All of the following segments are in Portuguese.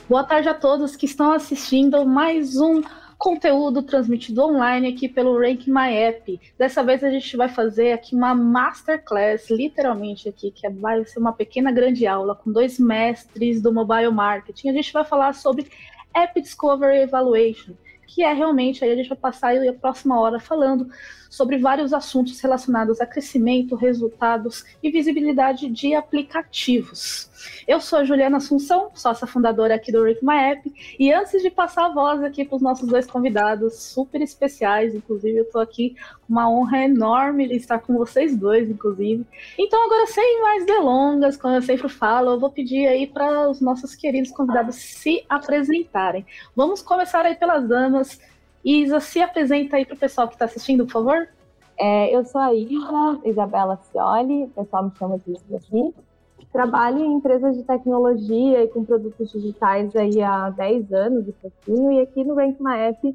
Boa tarde a todos que estão assistindo mais um conteúdo transmitido online aqui pelo Rank My App. Dessa vez a gente vai fazer aqui uma masterclass, literalmente aqui, que vai ser uma pequena grande aula com 2 mestres do mobile marketing. A gente vai falar sobre App Discovery Evaluation, que é realmente, aí a gente vai passar a próxima hora falando sobre vários assuntos relacionados a crescimento, resultados e visibilidade de aplicativos. Eu sou a Juliana Assunção, sócia fundadora aqui do Rank My App, e antes de passar a voz aqui para os nossos 2 convidados super especiais, inclusive eu estou aqui com uma honra enorme de estar com vocês 2, inclusive. Então agora, sem mais delongas, como eu sempre falo, eu vou pedir aí para os nossos queridos convidados se apresentarem. Vamos começar aí pelas damas. Isa, se apresenta aí para o pessoal que está assistindo, por favor. Eu sou a Isa, Isabela Cioli, o pessoal me chama de Isa aqui. Trabalho em empresas de tecnologia e com produtos digitais aí há 10 anos e pouquinho, e aqui no Rank My App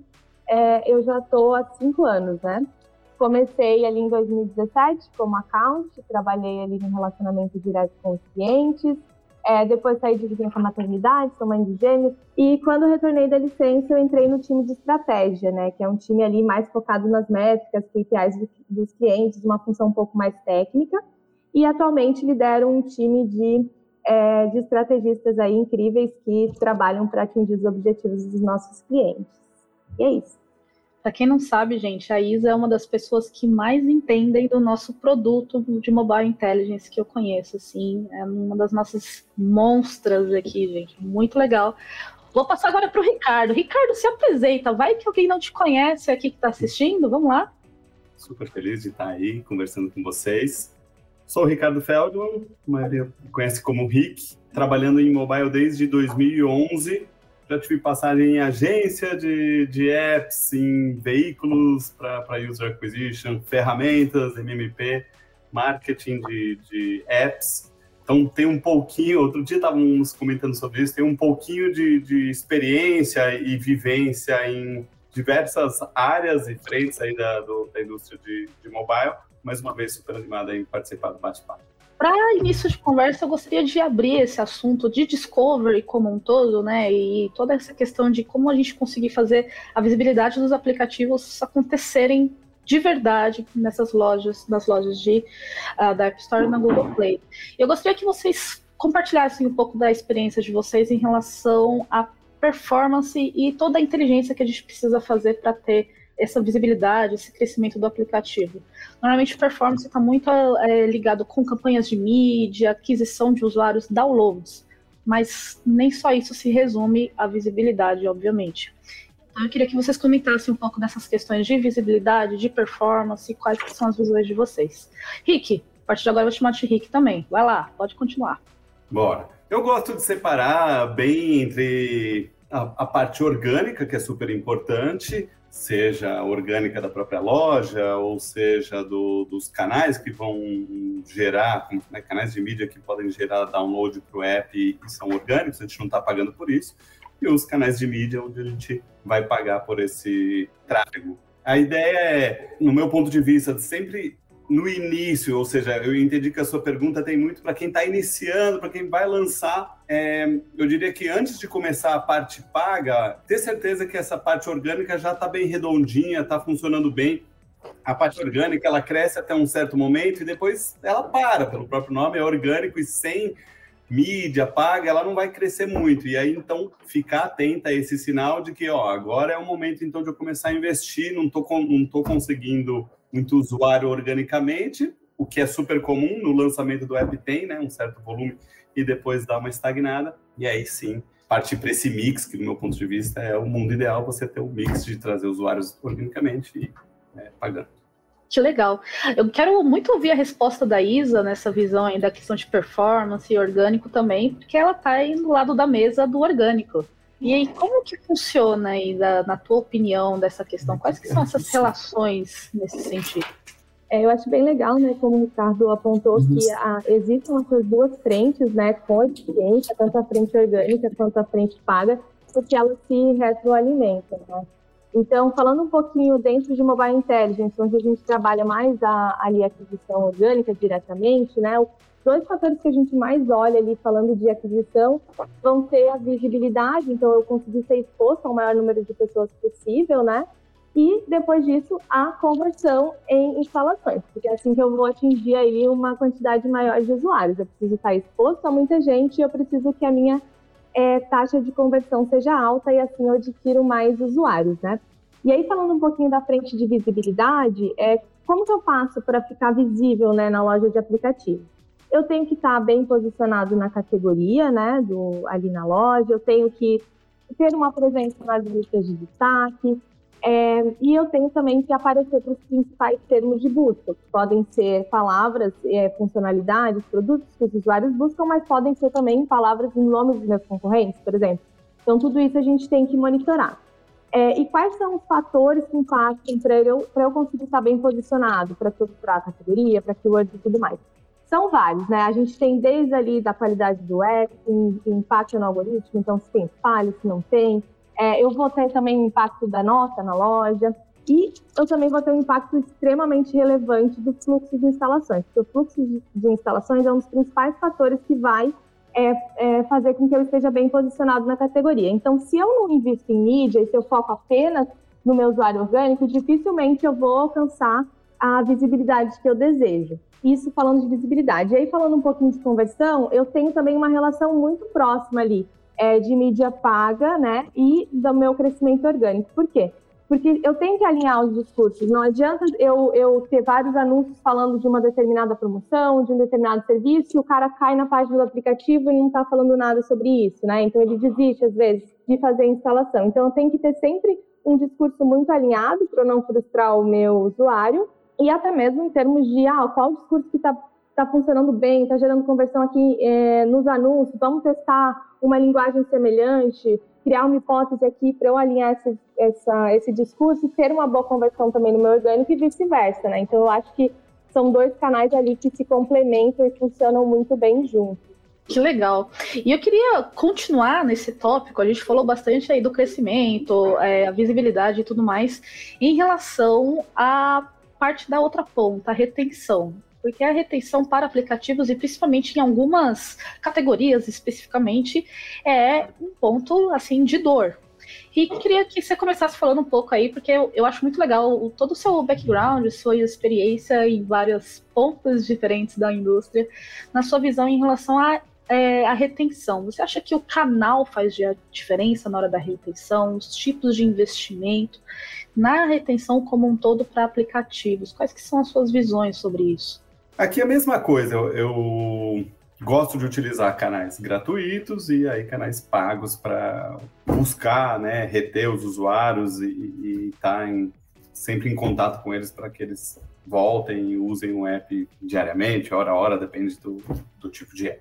eu já estou há 5 anos, né? Comecei ali em 2017 como account, trabalhei ali no relacionamento direto com os clientes, depois saí de licença maternidade, sou mãe de gêmeos, e quando eu retornei da licença eu entrei no time de estratégia, né, que é um time ali mais focado nas métricas, KPIs dos clientes, uma função um pouco mais técnica, e atualmente lidero um time de estrategistas aí incríveis que trabalham para atingir os objetivos dos nossos clientes. E é isso. Para quem não sabe, gente, a Isa é uma das pessoas que mais entendem do nosso produto de mobile intelligence que eu conheço, assim, é uma das nossas monstras aqui, gente, muito legal. Vou passar agora para o Ricardo. Ricardo, se apresenta, vai que alguém não te conhece aqui que está assistindo, vamos lá. Super feliz de estar aí conversando com vocês. Sou o Ricardo Feldman, a maioria me conhece como Rick, trabalhando em mobile desde 2011. Já tive passagem em agência de apps, em veículos para user acquisition, ferramentas, MMP, marketing de apps. Então tem um pouquinho, outro dia estávamos comentando sobre isso, tem um pouquinho de experiência e vivência em diversas áreas e frentes aí da indústria de mobile. Mais uma vez, super animada em participar do bate-papo. Para início de conversa, eu gostaria de abrir esse assunto de discovery como um todo, né, e toda essa questão de como a gente conseguir fazer a visibilidade dos aplicativos acontecerem de verdade nessas lojas, nas lojas da App Store e na Google Play. Eu gostaria que vocês compartilhassem um pouco da experiência de vocês em relação à performance e toda a inteligência que a gente precisa fazer para ter essa visibilidade, esse crescimento do aplicativo. Normalmente, performance está muito ligado com campanhas de mídia, aquisição de usuários, downloads, mas nem só isso se resume à visibilidade, obviamente. Então, eu queria que vocês comentassem um pouco dessas questões de visibilidade, de performance, quais são as visões de vocês. Rick, a partir de agora eu vou chamar de Rick também. Vai lá, pode continuar. Bora. Eu gosto de separar bem entre a parte orgânica, que é super importante, seja orgânica da própria loja, ou seja dos canais que vão gerar, né, canais de mídia que podem gerar download para o app e são orgânicos, a gente não está pagando por isso, e os canais de mídia onde a gente vai pagar por esse tráfego. A ideia é, no meu ponto de vista, sempre no início, ou seja, eu entendi que a sua pergunta tem muito para quem está iniciando, para quem vai lançar. Eu diria que antes de começar a parte paga, ter certeza que essa parte orgânica já está bem redondinha, está funcionando bem. A parte orgânica, ela cresce até um certo momento e depois ela para, pelo próprio nome, é orgânico e sem mídia paga, ela não vai crescer muito. E aí, então, ficar atenta a esse sinal de que, agora é o momento, então, de eu começar a investir, não tô conseguindo muito usuário organicamente, o que é super comum no lançamento do app tem, né, um certo volume, e depois dá uma estagnada, e aí sim, partir para esse mix, que do meu ponto de vista é o mundo ideal, você ter um mix de trazer usuários organicamente e pagando. Que legal. Eu quero muito ouvir a resposta da Isa nessa visão aí da questão de performance e orgânico também, porque ela está aí do lado da mesa do orgânico. E aí, como que funciona aí, na tua opinião, dessa questão? Quais que são essas relações nesse sentido? Eu acho bem legal, né, como o Ricardo apontou, que existem essas 2 frentes, né, com a eficiência, tanto a frente orgânica quanto a frente paga, porque elas se retroalimentam, né? Então, falando um pouquinho dentro de Mobile Intelligence, onde a gente trabalha mais ali a aquisição orgânica diretamente, né? Os 2 fatores que a gente mais olha ali falando de aquisição vão ser a visibilidade, então eu consegui ser exposto ao maior número de pessoas possível, né? E, depois disso, a conversão em instalações, porque é assim que eu vou atingir aí uma quantidade maior de usuários. Eu preciso estar exposto a muita gente e eu preciso que a minha taxa de conversão seja alta e assim eu adquiro mais usuários, né? E aí, falando um pouquinho da frente de visibilidade, como que eu faço para ficar visível, né, na loja de aplicativos? Eu tenho que estar bem posicionado na categoria, né, ali na loja, eu tenho que ter uma presença nas listas de destaque, e eu tenho também que aparecer para os principais termos de busca, que podem ser palavras, funcionalidades, produtos que os usuários buscam, mas podem ser também palavras em nome dos meus concorrentes, por exemplo. Então, tudo isso a gente tem que monitorar. E quais são os fatores que impactam para eu conseguir estar bem posicionado, para a categoria, para keywords e tudo mais? São vários, né? A gente tem desde ali da qualidade do app, impacto no algoritmo, então se tem falha, se não tem. Eu vou ter também o impacto da nota na loja e eu também vou ter um impacto extremamente relevante do fluxo de instalações, porque o fluxo de instalações é um dos principais fatores que vai fazer com que eu esteja bem posicionado na categoria. Então, se eu não invisto em mídia e se eu foco apenas no meu usuário orgânico, dificilmente eu vou alcançar a visibilidade que eu desejo. Isso falando de visibilidade. E aí, falando um pouquinho de conversão, eu tenho também uma relação muito próxima ali de mídia paga, né, e do meu crescimento orgânico. Por quê? Porque eu tenho que alinhar os discursos. Não adianta eu ter vários anúncios falando de uma determinada promoção, de um determinado serviço, e o cara cai na página do aplicativo e não está falando nada sobre isso, né? Então, ele desiste, às vezes, de fazer a instalação. Então, eu tenho que ter sempre um discurso muito alinhado para eu não frustrar o meu usuário e até mesmo em termos de qual discurso que está funcionando bem, está gerando conversão aqui nos anúncios, vamos testar uma linguagem semelhante, criar uma hipótese aqui para eu alinhar esse discurso e ter uma boa conversão também no meu orgânico e vice-versa, né? Então, eu acho que são 2 canais ali que se complementam e funcionam muito bem juntos. Que legal. E eu queria continuar nesse tópico, a gente falou bastante aí do crescimento, a visibilidade e tudo mais, em relação à parte da outra ponta, a retenção. Porque a retenção para aplicativos, e principalmente em algumas categorias especificamente, é um ponto assim de dor. E queria que você começasse falando um pouco aí, porque eu acho muito legal todo o seu background, sua experiência em vários pontos diferentes da indústria, na sua visão em relação à retenção. Você acha que o canal faz diferença na hora da retenção, os tipos de investimento, na retenção como um todo para aplicativos? Quais que são as suas visões sobre isso? Aqui é a mesma coisa, eu gosto de utilizar canais gratuitos e aí canais pagos para buscar, né, reter os usuários e estar sempre em contato com eles para que eles voltem e usem o app diariamente, hora a hora, depende do tipo de app.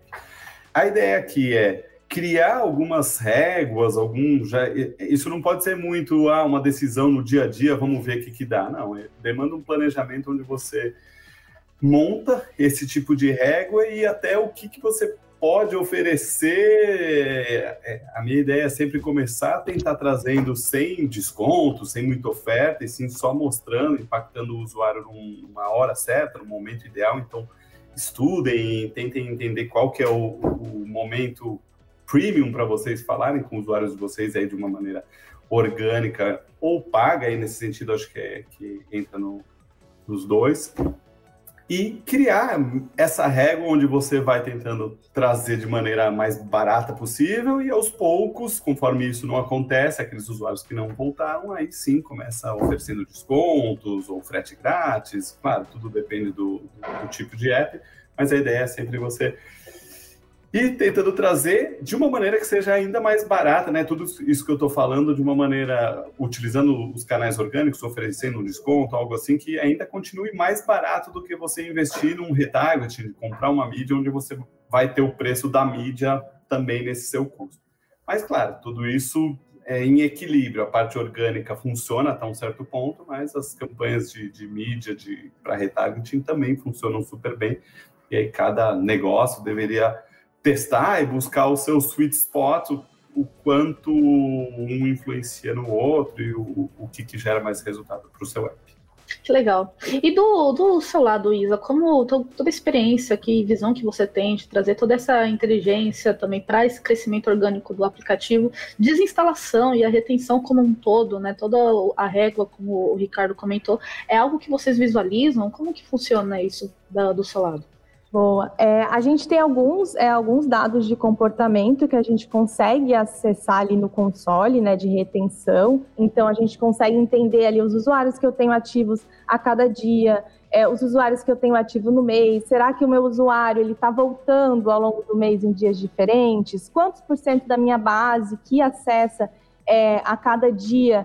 A ideia aqui é criar algumas réguas, isso não pode ser muito uma decisão no dia a dia, vamos ver o que dá. Não, demanda um planejamento onde você monta esse tipo de régua e até o que você pode oferecer. A minha ideia é sempre começar a tentar trazendo sem desconto, sem muita oferta, e sim só mostrando, impactando o usuário numa hora certa, no momento ideal. Então, estudem, tentem entender qual que é o momento premium para vocês falarem com os usuários de vocês aí de uma maneira orgânica ou paga, aí nesse sentido acho que entra nos 2. E criar essa régua onde você vai tentando trazer de maneira mais barata possível e aos poucos, conforme isso não acontece, aqueles usuários que não voltaram, aí sim começa oferecendo descontos ou frete grátis. Claro, tudo depende do tipo de app, mas a ideia é sempre você ir tentando trazer de uma maneira que seja ainda mais barata, né? Tudo isso que eu estou falando de uma maneira, utilizando os canais orgânicos, oferecendo um desconto, algo assim, que ainda continue mais barato do que você investir num retargeting, comprar uma mídia onde você vai ter o preço da mídia também nesse seu custo. Mas, claro, tudo isso é em equilíbrio. A parte orgânica funciona até um certo ponto, mas as campanhas de mídia para retargeting também funcionam super bem. E aí cada negócio deveria testar e buscar o seu sweet spot, o quanto um influencia no outro e o que gera mais resultado para o seu app. Que legal. E do seu lado, Isa, como toda a experiência e visão que você tem de trazer toda essa inteligência também para esse crescimento orgânico do aplicativo, desinstalação e a retenção como um todo, né, toda a régua, como o Ricardo comentou, é algo que vocês visualizam? Como que funciona isso do seu lado? Boa. A gente tem alguns dados de comportamento que a gente consegue acessar ali no console, né, de retenção. Então, a gente consegue entender ali os usuários que eu tenho ativos a cada dia, os usuários que eu tenho ativo no mês. Será que o meu usuário está voltando ao longo do mês em dias diferentes? Quantos % da minha base que acessa a cada dia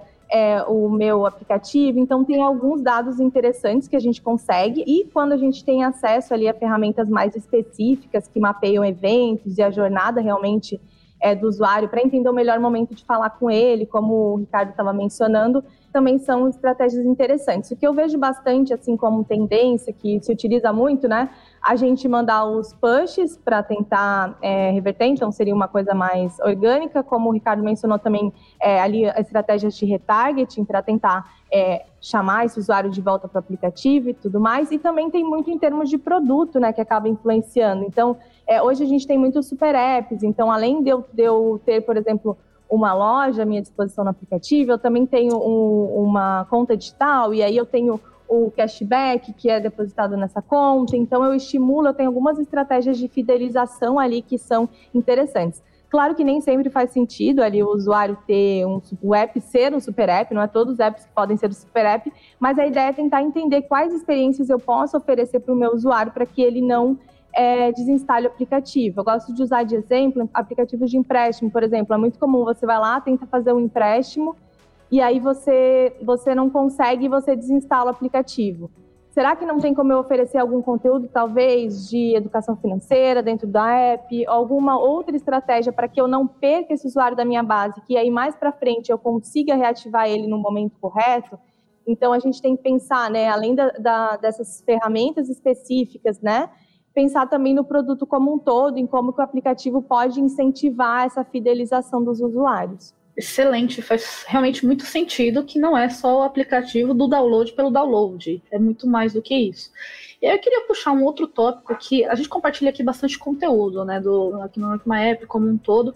o meu aplicativo? Então, tem alguns dados interessantes que a gente consegue, e quando a gente tem acesso ali a ferramentas mais específicas que mapeiam eventos e a jornada realmente do usuário, para entender o melhor momento de falar com ele, como o Ricardo estava mencionando, também são estratégias interessantes. O que eu vejo bastante, assim, como tendência, que se utiliza muito, né, a gente mandar os pushes para tentar reverter, então seria uma coisa mais orgânica, como o Ricardo mencionou também, ali estratégias de retargeting para tentar chamar esse usuário de volta para o aplicativo e tudo mais, e também tem muito em termos de produto, né, que acaba influenciando. Então, hoje a gente tem muitos super apps, então além de eu ter, por exemplo, uma loja à minha disposição no aplicativo, eu também tenho uma conta digital, e aí eu tenho o cashback que é depositado nessa conta, então eu tenho algumas estratégias de fidelização ali que são interessantes. Claro que nem sempre faz sentido ali o usuário ter o app ser um super app, não é todos os apps que podem ser um super app, mas a ideia é tentar entender quais experiências eu posso oferecer para o meu usuário para que ele não desinstale o aplicativo. Eu gosto de usar de exemplo aplicativos de empréstimo, por exemplo. É muito comum, você vai lá, tenta fazer um empréstimo e aí você não consegue e você desinstala o aplicativo. Será que não tem como eu oferecer algum conteúdo, talvez, de educação financeira dentro da app, alguma outra estratégia para que eu não perca esse usuário da minha base, que aí mais para frente eu consiga reativar ele no momento correto? Então, a gente tem que pensar, né, além dessas ferramentas específicas, né, pensar também no produto como um todo, em como que o aplicativo pode incentivar essa fidelização dos usuários. Excelente, faz realmente muito sentido que não é só o aplicativo do download pelo download, é muito mais do que isso. E aí eu queria puxar um outro tópico que a gente compartilha aqui bastante conteúdo, né, aqui no Rank My App como um todo,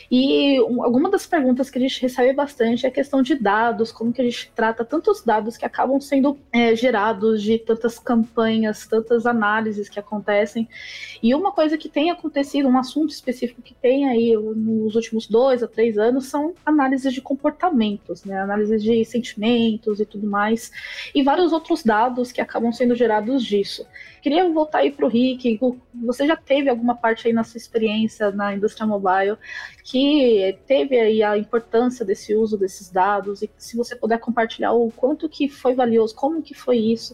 e alguma das perguntas que a gente recebe bastante é a questão de dados, como que a gente trata tantos dados que acabam sendo gerados de tantas campanhas, tantas análises que acontecem, e uma coisa que tem acontecido, um assunto específico que tem aí nos últimos 2 a 3 anos são análises de comportamentos, né, análises de sentimentos e tudo mais, e vários outros dados que acabam sendo gerados disso. Queria voltar aí para o Rick. Você já teve alguma parte aí na sua experiência na indústria mobile que teve aí a importância desse uso desses dados, e se você puder compartilhar o quanto que foi valioso, como que foi isso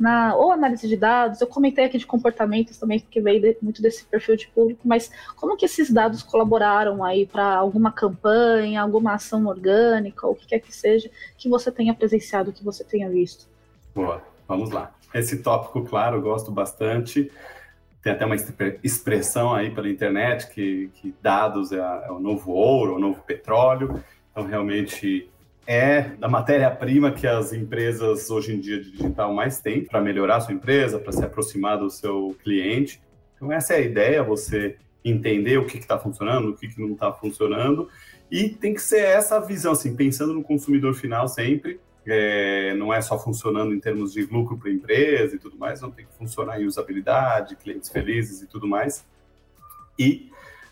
ou análise de dados. Eu comentei aqui de comportamentos também, porque veio muito desse perfil de público, mas como que esses dados colaboraram aí para alguma campanha, alguma ação orgânica, ou o que quer que seja, que você tenha presenciado, que você tenha visto? Boa, vamos lá. Esse tópico, claro, eu gosto bastante. Tem até uma expressão aí pela internet que dados é o novo ouro, o novo petróleo. Então, realmente, é da matéria-prima que as empresas hoje em dia de digital mais têm para melhorar a sua empresa, para se aproximar do seu cliente. Então, essa é a ideia, você entender o que está funcionando, o que não está funcionando. E tem que ser essa visão, assim, pensando no consumidor final sempre. Não é só funcionando em termos de lucro para a empresa e tudo mais, não tem que funcionar em usabilidade, clientes felizes e tudo mais. E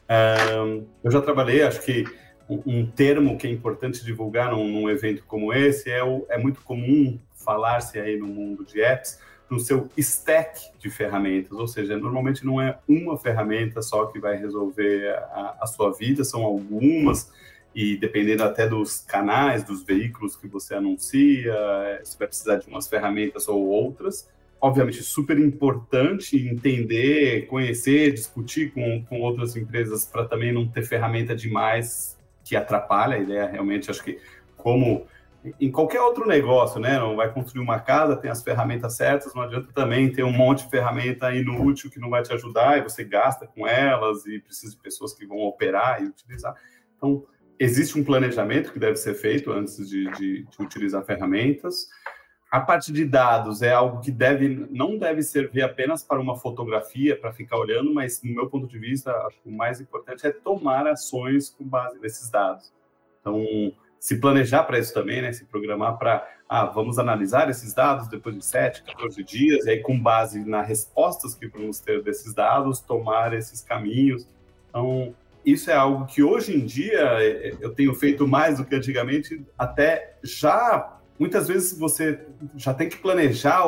eu já trabalhei, acho que um termo que é importante divulgar num evento como esse é muito comum falar-se aí no mundo de apps, no seu stack de ferramentas, ou seja, normalmente não é uma ferramenta só que vai resolver a sua vida, são algumas. E dependendo até dos canais, dos veículos que você anuncia, você vai precisar de umas ferramentas ou outras. Obviamente, super importante entender, conhecer, discutir com outras empresas para também não ter ferramenta demais que atrapalha a ideia. Realmente, acho que como em qualquer outro negócio, né? Não vai construir uma casa, tem as ferramentas certas, não adianta também ter um monte de ferramenta inútil que não vai te ajudar e você gasta com elas e precisa de pessoas que vão operar e utilizar. Então, existe um planejamento que deve ser feito antes de utilizar ferramentas. A parte de dados é algo que não deve servir apenas para uma fotografia, para ficar olhando, mas, no meu ponto de vista, acho que o mais importante é tomar ações com base nesses dados. Então, se planejar para isso também, né? Se programar para, vamos analisar esses dados depois de 7, 14 dias, e aí, com base nas respostas que vamos ter desses dados, tomar esses caminhos. Então, isso é algo que, hoje em dia, eu tenho feito mais do que antigamente, até já... Muitas vezes você já tem que planejar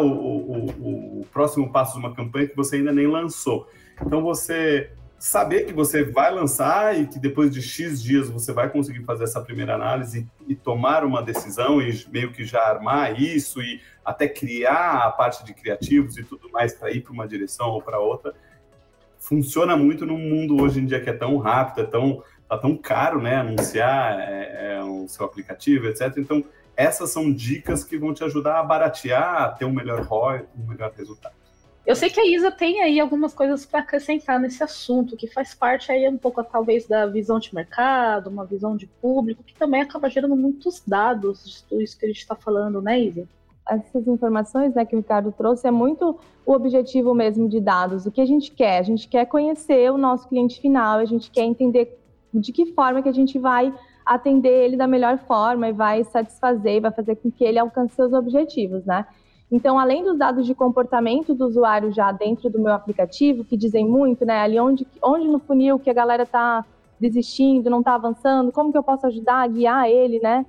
o próximo passo de uma campanha que você ainda nem lançou. Então, você saber que você vai lançar e que depois de X dias você vai conseguir fazer essa primeira análise e tomar uma decisão e meio que já armar isso e até criar a parte de criativos e tudo mais para ir para uma direção ou para outra, funciona muito num mundo hoje em dia que é tão rápido, tá tão caro, né, anunciar o seu aplicativo, etc. Então, essas são dicas que vão te ajudar a baratear, a ter um melhor ROI, um melhor resultado. Eu sei que a Isa tem aí algumas coisas para acrescentar nesse assunto, que faz parte aí um pouco, talvez, da visão de mercado, uma visão de público, que também acaba gerando muitos dados de tudo isso que a gente está falando, né, Isa? Essas informações, né, que o Ricardo trouxe é muito o objetivo mesmo de dados. O que a gente quer conhecer o nosso cliente final, a gente quer entender de que forma que a gente vai atender ele da melhor forma e vai satisfazer e vai fazer com que ele alcance seus objetivos, né? Então, além dos dados de comportamento do usuário já dentro do meu aplicativo, que dizem muito, né? Ali onde no funil que a galera está desistindo, não está avançando, como que eu posso ajudar a guiar ele, né?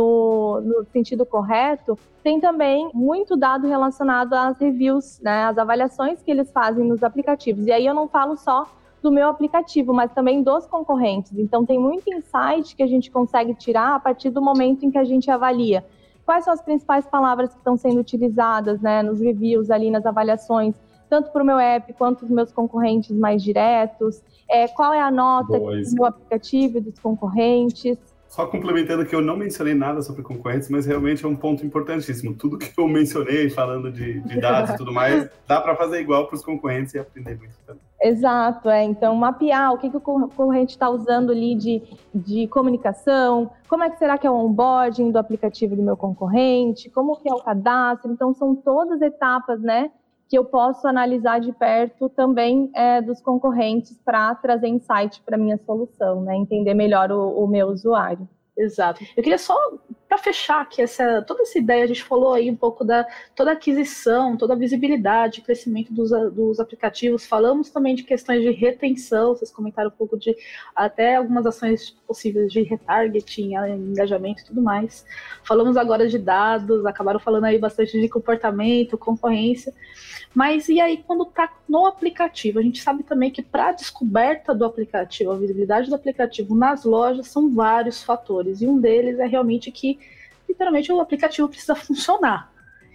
No sentido correto, tem também muito dado relacionado às reviews, né? Às avaliações que eles fazem nos aplicativos. E aí eu não falo só do meu aplicativo, mas também dos concorrentes. Então, tem muito insight que a gente consegue tirar a partir do momento em que a gente avalia quais são as principais palavras que estão sendo utilizadas, né, nos reviews, ali nas avaliações, tanto para o meu app quanto os meus concorrentes mais diretos, qual é a nota do meu aplicativo e dos concorrentes. Só complementando que eu não mencionei nada sobre concorrentes, mas realmente é um ponto importantíssimo. Tudo que eu mencionei, falando de dados e tudo mais, dá para fazer igual para os concorrentes e aprender muito também. Exato, então mapear o que o concorrente está usando ali de comunicação, como é que será que é o onboarding do aplicativo do meu concorrente, como que é o cadastro. Então são todas etapas, né, que eu posso analisar de perto também dos concorrentes para trazer insight para a minha solução, né? Entender melhor o meu usuário. Exato. Eu queria só, para fechar aqui, toda essa ideia, a gente falou aí um pouco da toda a aquisição, toda a visibilidade, crescimento dos aplicativos, falamos também de questões de retenção, vocês comentaram um pouco de até algumas ações possíveis de retargeting, engajamento e tudo mais. Falamos agora de dados, acabaram falando aí bastante de comportamento, concorrência, mas e aí quando está no aplicativo? A gente sabe também que para a descoberta do aplicativo, a visibilidade do aplicativo nas lojas são vários fatores, e um deles é realmente que, literalmente, o aplicativo precisa funcionar.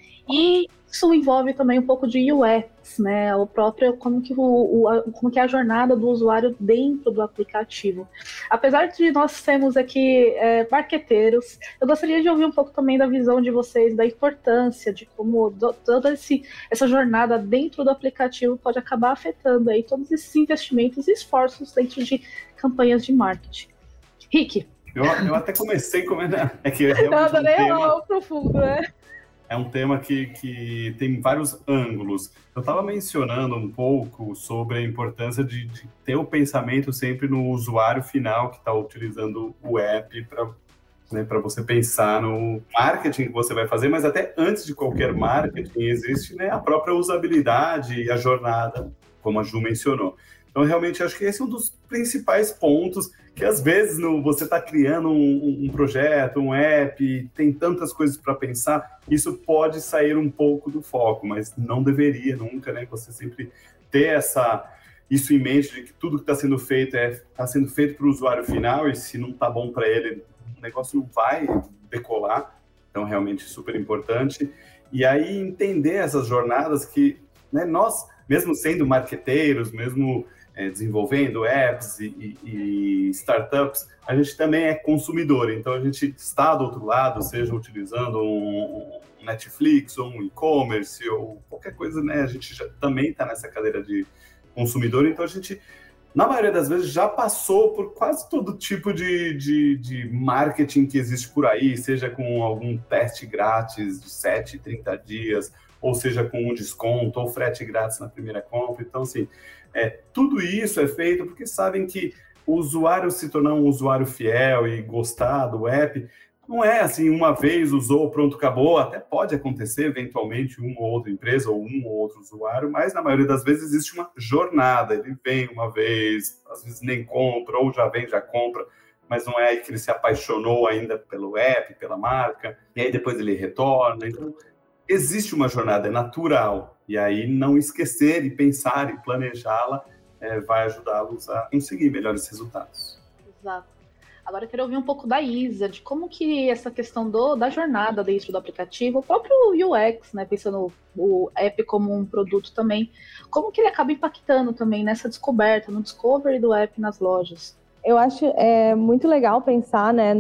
E isso envolve também um pouco de UX, né? O próprio, como que é a jornada do usuário dentro do aplicativo. Apesar de nós sermos aqui marqueteiros, eu gostaria de ouvir um pouco também da visão de vocês, da importância de como toda essa jornada dentro do aplicativo pode acabar afetando aí todos esses investimentos e esforços dentro de campanhas de marketing. Rick. Eu até comecei comentando. É que profundo, né? É um tema que tem vários ângulos. Eu estava mencionando um pouco sobre a importância de ter o pensamento sempre no usuário final que está utilizando o app para você pensar no marketing que você vai fazer, mas até antes de qualquer marketing existe, né, a própria usabilidade e a jornada, como a Ju mencionou. Então, realmente, acho que esse é um dos principais pontos que, às vezes, você está criando um projeto, um app, tem tantas coisas para pensar, isso pode sair um pouco do foco, mas não deveria nunca, né? Você sempre ter isso em mente, de que tudo que está sendo feito está sendo feito para o usuário final, e se não está bom para ele, o negócio não vai decolar. Então, realmente, super importante. E aí, entender essas jornadas que, né, nós, mesmo sendo marqueteiros, mesmo desenvolvendo apps e startups, a gente também é consumidor, então a gente está do outro lado, seja utilizando um Netflix ou um e-commerce ou qualquer coisa, né? A gente já também está nessa cadeira de consumidor, então a gente na maioria das vezes, já passou por quase todo tipo de marketing que existe por aí, seja com algum teste grátis de 7, 30 dias, ou seja com um desconto, ou frete grátis na primeira compra. Então, assim, tudo isso é feito porque sabem que o usuário se tornar um usuário fiel e gostar do app não é assim, uma vez usou, pronto, acabou. Até pode acontecer, eventualmente, uma ou outra empresa ou um ou outro usuário, mas na maioria das vezes existe uma jornada. Ele vem uma vez, às vezes nem compra, ou já vem, já compra, mas não é aí que ele se apaixonou ainda pelo app, pela marca, e aí depois ele retorna. Então, existe uma jornada, é natural. E aí não esquecer e pensar e planejá-la vai ajudá-los a conseguir melhores resultados. Exato. Agora eu quero ouvir um pouco da Isa, de como que essa questão da jornada dentro do aplicativo, o próprio UX, né, pensando o app como um produto também, como que ele acaba impactando também nessa descoberta, no discovery do app nas lojas? Eu acho muito legal pensar, né,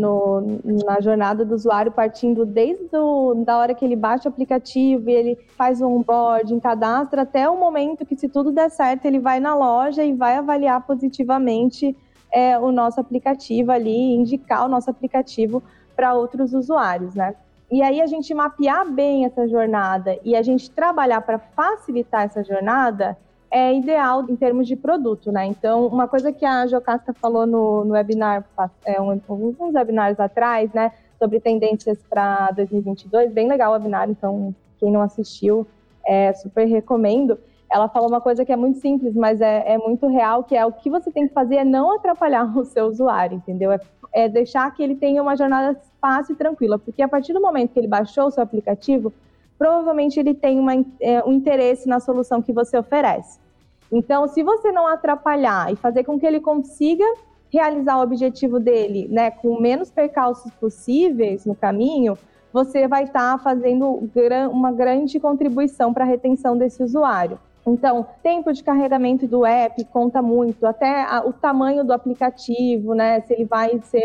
na jornada do usuário partindo desde da hora que ele baixa o aplicativo e ele faz o onboarding, cadastra, até o momento que, se tudo der certo, ele vai na loja e vai avaliar positivamente o nosso aplicativo ali, indicar o nosso aplicativo para outros usuários, né? E aí a gente mapear bem essa jornada e a gente trabalhar para facilitar essa jornada é ideal em termos de produto, né? Então, uma coisa que a Jocasta falou no webinar, alguns webinars atrás, né, sobre tendências para 2022, bem legal o webinar, então quem não assistiu, super recomendo. Ela falou uma coisa que é muito simples, mas é muito real, que é o que você tem que fazer é não atrapalhar o seu usuário, entendeu? É deixar que ele tenha uma jornada fácil e tranquila, porque a partir do momento que ele baixou o seu aplicativo, provavelmente ele tem um interesse na solução que você oferece. Então, se você não atrapalhar e fazer com que ele consiga realizar o objetivo dele, né, com menos percalços possíveis no caminho, você vai estar fazendo uma grande contribuição para a retenção desse usuário. Então, tempo de carregamento do app conta muito, até o tamanho do aplicativo, né? Se ele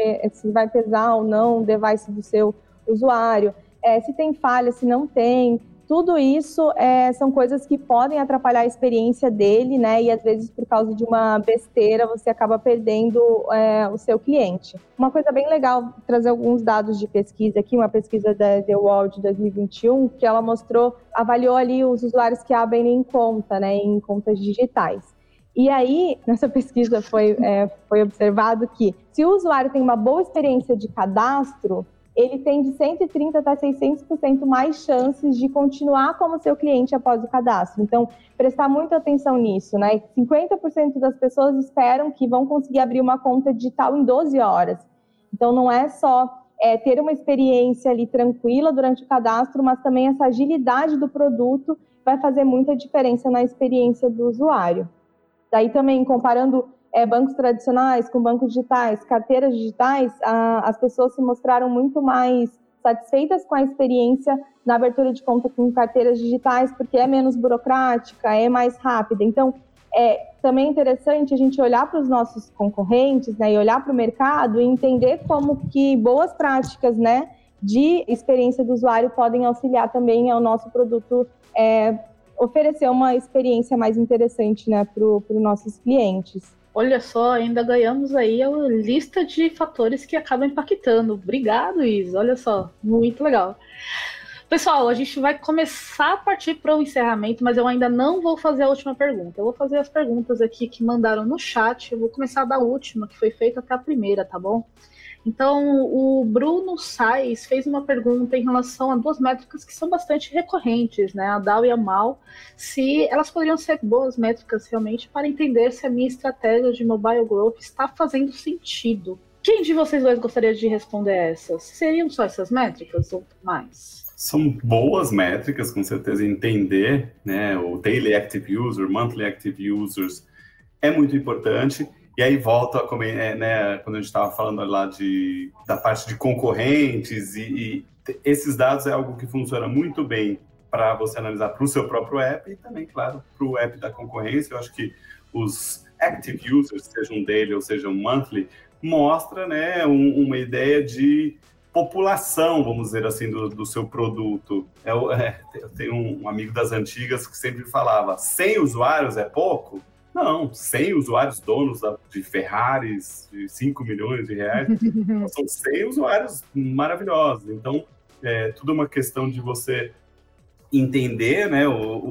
vai pesar ou não o device do seu usuário, se tem falha, se não tem. Tudo isso são coisas que podem atrapalhar a experiência dele, né? E às vezes, por causa de uma besteira, você acaba perdendo o seu cliente. Uma coisa bem legal, trazer alguns dados de pesquisa aqui, uma pesquisa da The Wall de 2021, que ela avaliou ali os usuários que abrem conta, né? Em contas digitais. E aí, nessa pesquisa foi observado que, se o usuário tem uma boa experiência de cadastro, ele tem de 130% até 600% mais chances de continuar como seu cliente após o cadastro. Então, prestar muita atenção nisso, né? 50% das pessoas esperam que vão conseguir abrir uma conta digital em 12 horas. Então, não é só ter uma experiência ali tranquila durante o cadastro, mas também essa agilidade do produto vai fazer muita diferença na experiência do usuário. Daí também, comparando bancos tradicionais com bancos digitais, carteiras digitais, as pessoas se mostraram muito mais satisfeitas com a experiência na abertura de conta com carteiras digitais, porque é menos burocrática, é mais rápida. Então, também é interessante a gente olhar para os nossos concorrentes, né, e olhar para o mercado e entender como que boas práticas, né, de experiência do usuário podem auxiliar também ao nosso produto oferecer uma experiência mais interessante, né, para os nossos clientes. Olha só, ainda ganhamos aí a lista de fatores que acabam impactando. Obrigado, Isa. Olha só, muito legal. Pessoal, a gente vai começar a partir para o encerramento, mas eu ainda não vou fazer a última pergunta. Eu vou fazer as perguntas aqui que mandaram no chat. Eu vou começar da última, que foi feita até a primeira, tá bom? Então, o Bruno Sais fez uma pergunta em relação a duas métricas que são bastante recorrentes, né? A DAO e a MAU, se elas poderiam ser boas métricas realmente para entender se a minha estratégia de mobile growth está fazendo sentido. Quem de vocês dois gostaria de responder essas? Seriam só essas métricas ou mais? São boas métricas, com certeza, entender, né? O Daily Active User, Monthly Active Users é muito importante. E aí volta, né, quando a gente estava falando lá da parte de concorrentes, e esses dados é algo que funciona muito bem para você analisar para o seu próprio app e também, claro, para o app da concorrência. Eu acho que os Active Users, seja um daily ou seja um monthly, mostra, né, uma ideia de população, vamos dizer assim, do seu produto. Eu tenho um amigo das antigas que sempre falava, 100 usuários é pouco? Não, 100 usuários donos de Ferraris de 5 milhões de reais, são 100 usuários maravilhosos. Então, tudo uma questão de você entender, né,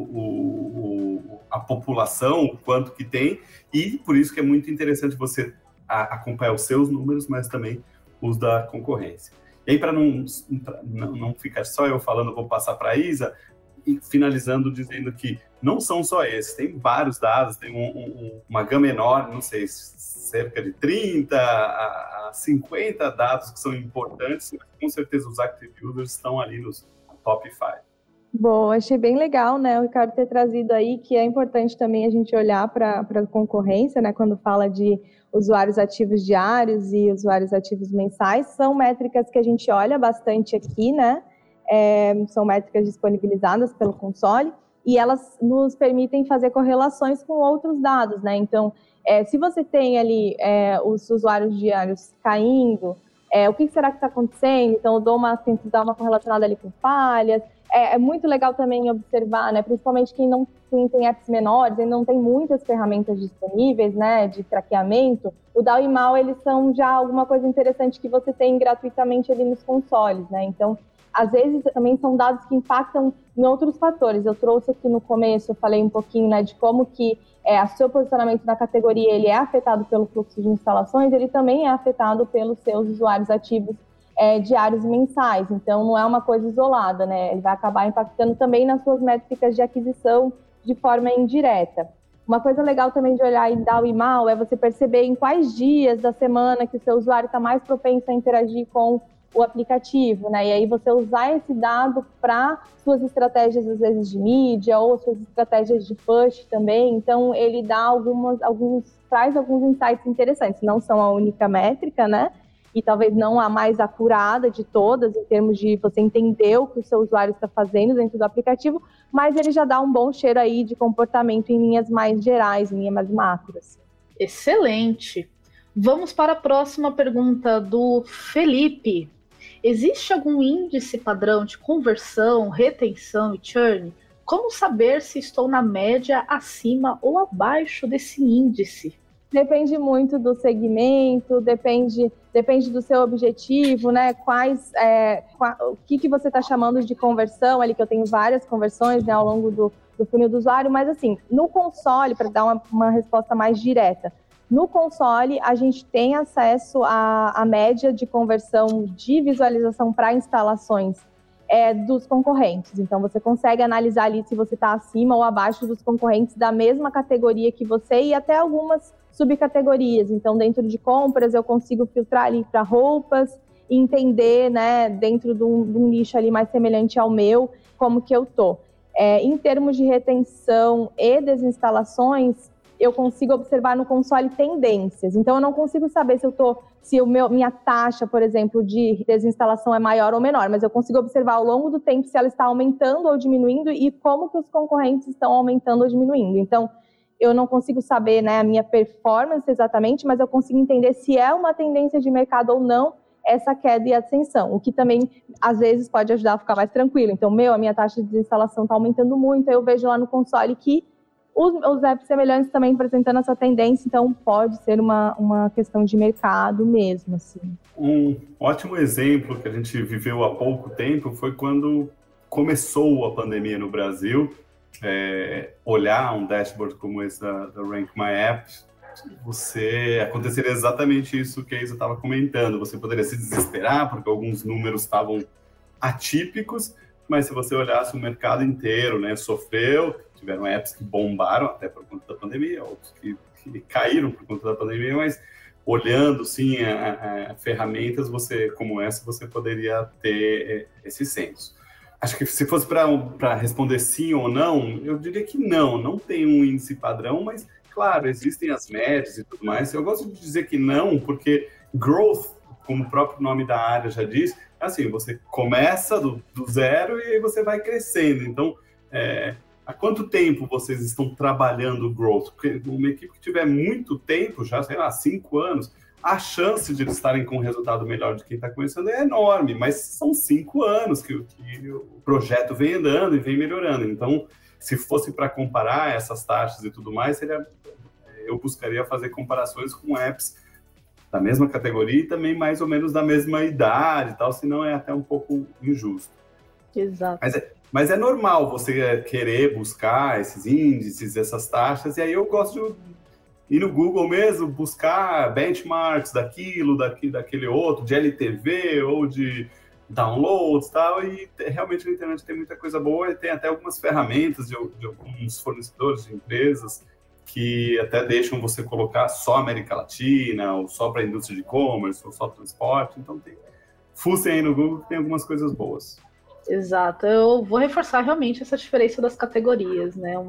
a população, o quanto que tem, e por isso que é muito interessante você acompanhar os seus números, mas também os da concorrência. E aí, para não ficar só eu falando, vou passar para a Isa, e finalizando dizendo que não são só esses, tem vários dados, tem uma gama enorme, não sei, cerca de 30 a 50 dados que são importantes, mas com certeza os active users estão ali nos top 5. Bom, achei bem legal, né, o Ricardo ter trazido aí que é importante também a gente olhar para a concorrência, né, quando fala de usuários ativos diários e usuários ativos mensais, são métricas que a gente olha bastante aqui, né, são métricas disponibilizadas pelo console e elas nos permitem fazer correlações com outros dados, né, então, se você tem ali os usuários diários caindo, o que será que está acontecendo? Então, eu tento dar uma correlacionada ali com falhas. É muito legal também observar, né, principalmente quem tem apps menores, ainda não tem muitas ferramentas disponíveis, né, de traqueamento. O DAO e MAU, eles são já alguma coisa interessante que você tem gratuitamente ali nos consoles, né, então, às vezes também são dados que impactam em outros fatores. Eu trouxe aqui no começo, eu falei um pouquinho, né, de como que o seu posicionamento na categoria, ele é afetado pelo fluxo de instalações, ele também é afetado pelos seus usuários ativos diários e mensais, então não é uma coisa isolada, né? Ele vai acabar impactando também nas suas métricas de aquisição de forma indireta. Uma coisa legal também de olhar em DAO e MAU é você perceber em quais dias da semana que o seu usuário está mais propenso a interagir com o aplicativo, né? E aí você usar esse dado para suas estratégias, às vezes, de mídia ou suas estratégias de push também. Então, ele dá traz alguns insights interessantes. Não são a única métrica, né? E talvez não a mais acurada de todas, em termos de você entender o que o seu usuário está fazendo dentro do aplicativo, mas ele já dá um bom cheiro aí de comportamento em linhas mais gerais, em linhas mais macros. Excelente! Vamos para a próxima pergunta do Felipe. Existe algum índice padrão de conversão, retenção e churn? Como saber se estou na média, acima ou abaixo desse índice? Depende muito do segmento, depende do seu objetivo, né? O que você está chamando de conversão, ali que eu tenho várias conversões, né, ao longo do funil do usuário, mas assim, no console, para dar uma resposta mais direta, no console a gente tem acesso à média de conversão de visualização para instalações dos concorrentes. Então, você consegue analisar ali se você está acima ou abaixo dos concorrentes da mesma categoria que você e até algumas subcategorias. Então, dentro de compras, eu consigo filtrar ali para roupas e entender, né, dentro de um nicho ali mais semelhante ao meu, como que eu tô. Em termos de retenção e desinstalações, eu consigo observar no console tendências. Então, eu não consigo saber se minha taxa, por exemplo, de desinstalação é maior ou menor, mas eu consigo observar ao longo do tempo se ela está aumentando ou diminuindo e como que os concorrentes estão aumentando ou diminuindo. Então, eu não consigo saber, né, a minha performance exatamente, mas eu consigo entender se é uma tendência de mercado ou não essa queda e ascensão, o que também, às vezes, pode ajudar a ficar mais tranquilo. Então, a minha taxa de desinstalação está aumentando muito, aí eu vejo lá no console que os apps semelhantes também apresentando essa tendência, então pode ser uma questão de mercado mesmo, assim. Um ótimo exemplo que a gente viveu há pouco tempo foi quando começou a pandemia no Brasil. Olhar um dashboard como esse da Rank My App, aconteceria exatamente isso que a Isa estava comentando. Você poderia se desesperar porque alguns números estavam atípicos, mas se você olhasse o mercado inteiro, né, sofreu. Tiveram apps que bombaram até por conta da pandemia, outros que caíram por conta da pandemia, mas olhando, sim, ferramentas como essa, você poderia ter esse senso. Acho que se fosse para responder sim ou não, eu diria que não tem um índice padrão, mas, claro, existem as médias e tudo mais. Eu gosto de dizer que não, porque growth, como o próprio nome da área já diz, é assim, você começa do zero e aí você vai crescendo. Então, há quanto tempo vocês estão trabalhando o growth? Porque uma equipe que tiver muito tempo, já, 5 anos, a chance de eles estarem com um resultado melhor de quem está começando é enorme, mas são 5 anos que o projeto vem andando e vem melhorando. Então, se fosse para comparar essas taxas e tudo mais, seria eu buscaria fazer comparações com apps da mesma categoria e também mais ou menos da mesma idade e tal, senão é até um pouco injusto. Exato. Mas é normal você querer buscar esses índices, essas taxas, e aí eu gosto de ir no Google mesmo, buscar benchmarks daquele outro, de LTV ou de downloads e tal, e realmente na internet tem muita coisa boa, e tem até algumas ferramentas de alguns fornecedores de empresas que até deixam você colocar só América Latina, ou só para a indústria de e-commerce, ou só transporte, então fucem aí no Google que tem algumas coisas boas. Exato, eu vou reforçar realmente essa diferença das categorias, né?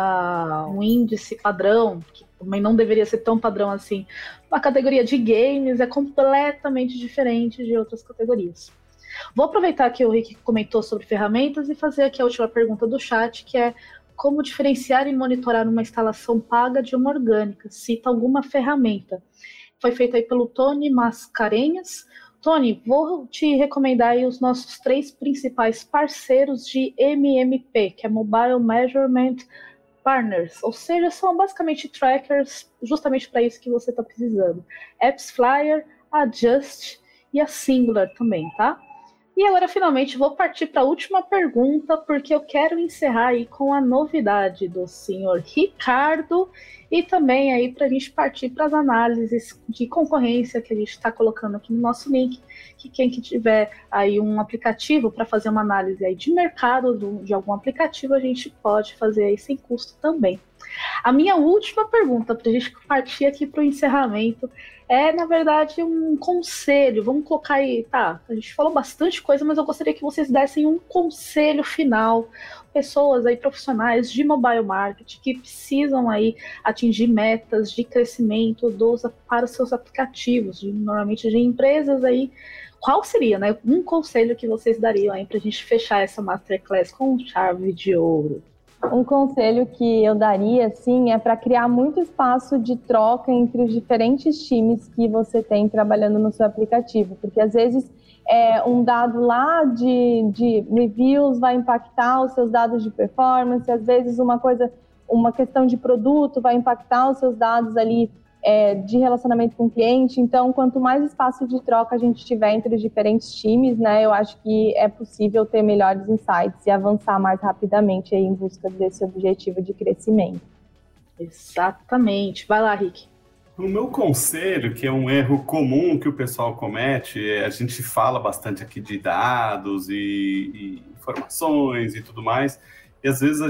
Um índice padrão, que também não deveria ser tão padrão assim. Uma categoria de games é completamente diferente de outras categorias. Vou aproveitar que o Rick comentou sobre ferramentas e fazer aqui a última pergunta do chat, que é como diferenciar e monitorar uma instalação paga de uma orgânica? Cita alguma ferramenta. Foi feito aí pelo Tony Mascarenhas. Tony, vou te recomendar aí os nossos 3 principais parceiros de MMP, que é Mobile Measurement Partners, ou seja, são basicamente trackers justamente para isso que você está precisando. AppsFlyer, a Just e a Singular também, tá? E agora, finalmente, vou partir para a última pergunta, porque eu quero encerrar aí com a novidade do senhor Ricardo e também aí para a gente partir para as análises de concorrência que a gente está colocando aqui no nosso link, que quem que tiver aí um aplicativo para fazer uma análise aí de mercado de algum aplicativo, a gente pode fazer aí sem custo também. A minha última pergunta, para a gente partir aqui para o encerramento, é, na verdade, um conselho. Vamos colocar aí, tá, a gente falou bastante coisa, mas eu gostaria que vocês dessem um conselho final. Pessoas aí, profissionais de mobile marketing, que precisam aí atingir metas de crescimento para os seus aplicativos, normalmente de empresas aí. Qual seria, né, um conselho que vocês dariam aí para a gente fechar essa Masterclass com chave de ouro? Um conselho que eu daria, assim, é para criar muito espaço de troca entre os diferentes times que você tem trabalhando no seu aplicativo, porque às vezes um dado lá de reviews vai impactar os seus dados de performance, às vezes uma questão de produto vai impactar os seus dados ali de relacionamento com o cliente. Então, quanto mais espaço de troca a gente tiver entre os diferentes times, né, eu acho que é possível ter melhores insights e avançar mais rapidamente aí em busca desse objetivo de crescimento. Exatamente. Vai lá, Rick. O meu conselho, que é um erro comum que o pessoal comete, a gente fala bastante aqui de dados e informações e tudo mais, e às vezes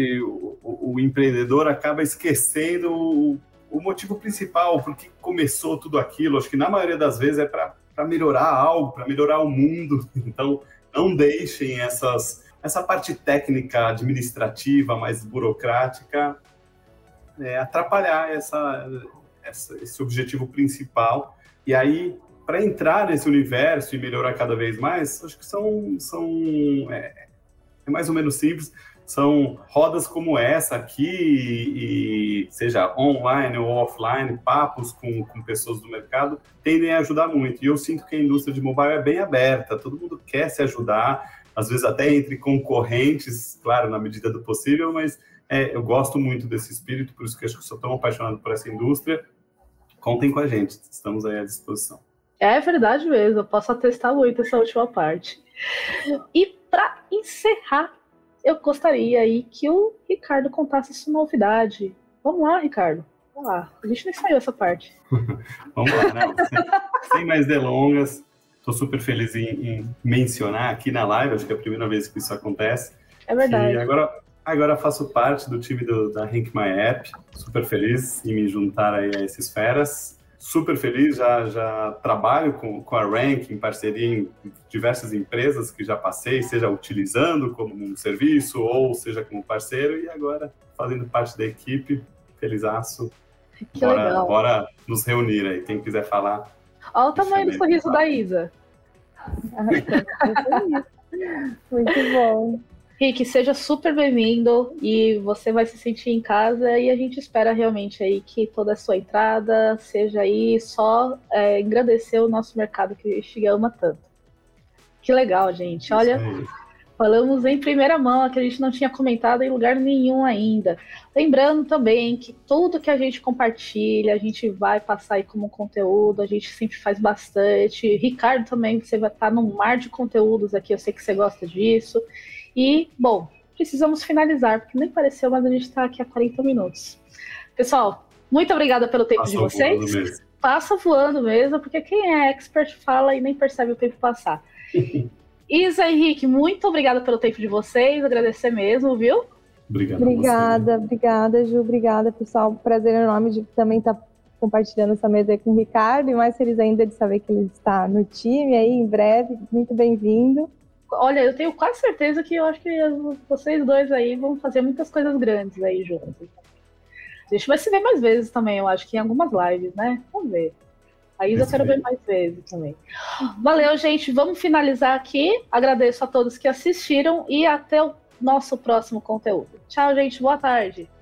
o empreendedor acaba esquecendo o motivo principal, por que começou tudo aquilo. Acho que na maioria das vezes é para melhorar algo, para melhorar o mundo. Então, não deixem essa parte técnica, administrativa, mais burocrática, atrapalhar esse objetivo principal. E aí, para entrar nesse universo e melhorar cada vez mais, acho que é mais ou menos simples. São rodas como essa aqui, e seja online ou offline, papos com pessoas do mercado, tendem a ajudar muito. E eu sinto que a indústria de mobile é bem aberta, todo mundo quer se ajudar, às vezes até entre concorrentes, claro, na medida do possível, mas eu gosto muito desse espírito, por isso que acho que sou tão apaixonado por essa indústria. Contem com a gente, estamos aí à disposição. É verdade mesmo, eu posso atestar muito essa última parte. E para encerrar, eu gostaria aí que o Ricardo contasse sua novidade. Vamos lá, Ricardo. Vamos lá. A gente nem saiu essa parte. Vamos lá, né? Sem mais delongas. Estou super feliz em mencionar aqui na live. Acho que é a primeira vez que isso acontece. É verdade. E agora faço parte do time da Rank My App. Super feliz em me juntar aí a esses feras. Super feliz, já trabalho com a Rank em parceria em diversas empresas que já passei, seja utilizando como um serviço ou seja como parceiro, e agora fazendo parte da equipe, felizaço. Bora nos reunir aí, quem quiser falar. Olha o tamanho do sorriso da Isa. Muito bom. Rick, seja super bem-vindo e você vai se sentir em casa, e a gente espera realmente aí que toda a sua entrada seja aí só engrandecer o nosso mercado que a gente ama tanto. Que legal, gente. Olha, Falamos em primeira mão, que a gente não tinha comentado em lugar nenhum ainda. Lembrando também que tudo que a gente compartilha, a gente vai passar aí como conteúdo, a gente sempre faz bastante. Ricardo também, você vai estar num mar de conteúdos aqui, eu sei que você gosta disso. E, bom, precisamos finalizar, porque nem pareceu, mas a gente está aqui há 40 minutos. Pessoal, muito obrigada pelo tempo de vocês. Passa voando mesmo, porque quem é expert fala e nem percebe o tempo passar. Isa e Henrique, muito obrigada pelo tempo de vocês, agradecer mesmo, viu? Obrigada, Ju, obrigada, pessoal. Prazer enorme de também estar compartilhando essa mesa aí com o Ricardo, e mais feliz ainda de saber que ele está no time aí em breve. Muito bem-vindo. Olha, eu tenho quase certeza que eu acho que vocês dois aí vão fazer muitas coisas grandes aí juntos. A gente vai se ver mais vezes também, eu acho que em algumas lives, né? Vamos ver. A Isa eu quero ver mais vezes também. Valeu, gente. Vamos finalizar aqui. Agradeço a todos que assistiram e até o nosso próximo conteúdo. Tchau, gente. Boa tarde.